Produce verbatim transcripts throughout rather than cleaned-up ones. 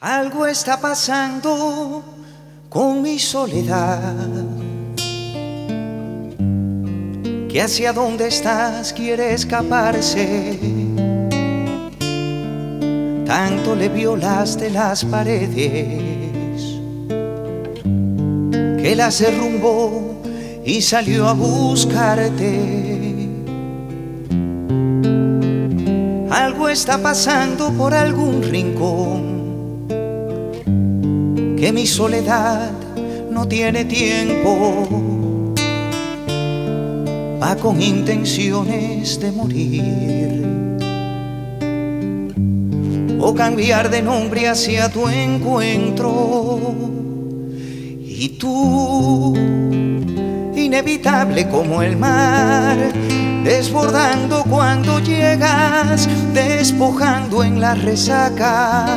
Algo está pasando con mi soledad, que hacia dónde estás quiere escaparse. Tanto le violaste las paredes que las derrumbó y salió a buscarte. Algo está pasando por algún rincón, que mi soledad no tiene tiempo, va con intenciones de morir o cambiar de nombre hacia tu encuentro. Y tú, inevitable como el mar, desbordando cuando llegas, despojando en la resaca,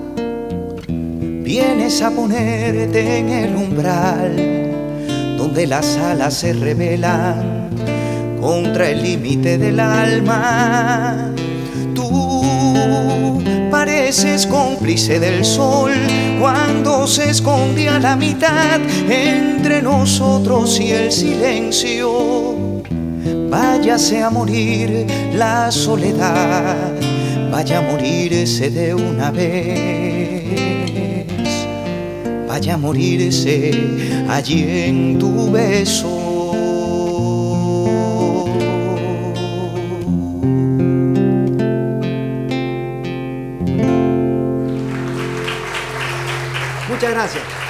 vienes a ponerte en el umbral donde las alas se rebelan contra el límite del alma. Tú pareces cómplice del sol cuando se esconde a la mitad entre nosotros y el silencio. Váyase a morir la soledad, vaya a morirse de una vez, vaya a morirse allí en tu beso. Muchas gracias.